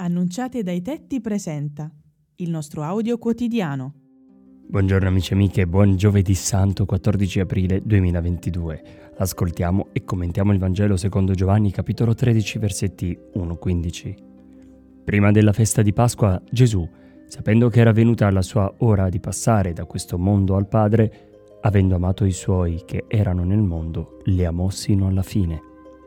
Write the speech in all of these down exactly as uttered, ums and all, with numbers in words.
Annunciate dai tetti presenta il nostro audio quotidiano. Buongiorno amici e amiche, buon giovedì santo quattordici aprile duemilaventidue. Ascoltiamo e commentiamo il Vangelo secondo Giovanni capitolo tredici versetti uno a quindici. Prima della festa di Pasqua Gesù, sapendo che era venuta la sua ora di passare da questo mondo al Padre, avendo amato i suoi che erano nel mondo, li amò sino alla fine.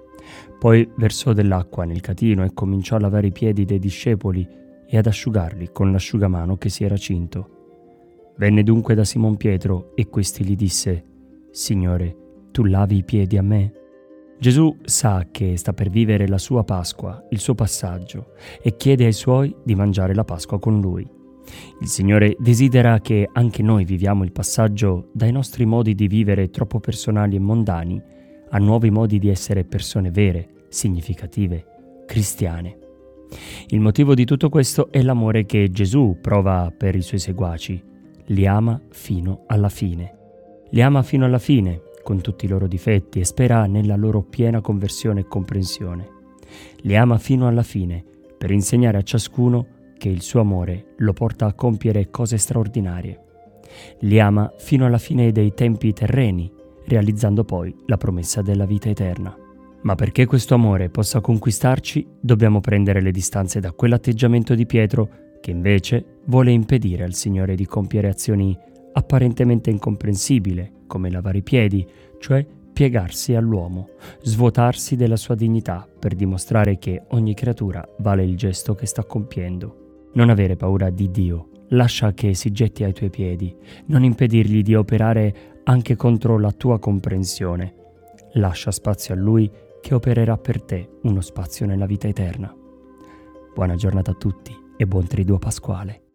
Poi versò dell'acqua nel catino e cominciò a lavare i piedi dei discepoli e ad asciugarli con l'asciugamano che si era cinto. Venne dunque da Simon Pietro e questi gli disse: «Signore, tu lavi i piedi a me?» Gesù sa che sta per vivere la sua Pasqua, il suo passaggio, e chiede ai suoi di mangiare la Pasqua con lui. Il Signore desidera che anche noi viviamo il passaggio dai nostri modi di vivere troppo personali e mondani a nuovi modi di essere persone vere, significative, cristiane. Il motivo di tutto questo è l'amore che Gesù prova per i suoi seguaci. Li ama fino alla fine. Li ama fino alla fine, con tutti i loro difetti, e spera nella loro piena conversione e comprensione. Li ama fino alla fine, per insegnare a ciascuno che il suo amore lo porta a compiere cose straordinarie. Li ama fino alla fine dei tempi terreni, realizzando poi la promessa della vita eterna. Ma perché questo amore possa conquistarci, dobbiamo prendere le distanze da quell'atteggiamento di Pietro che invece vuole impedire al Signore di compiere azioni apparentemente incomprensibili, come lavare i piedi, cioè piegarsi all'uomo, svuotarsi della sua dignità per dimostrare che ogni creatura vale il gesto che sta compiendo. Non avere paura di Dio, lascia che si getti ai tuoi piedi, non impedirgli di operare anche contro la tua comprensione. Lascia spazio a Lui che opererà per te uno spazio nella vita eterna. Buona giornata a tutti e buon triduo pasquale.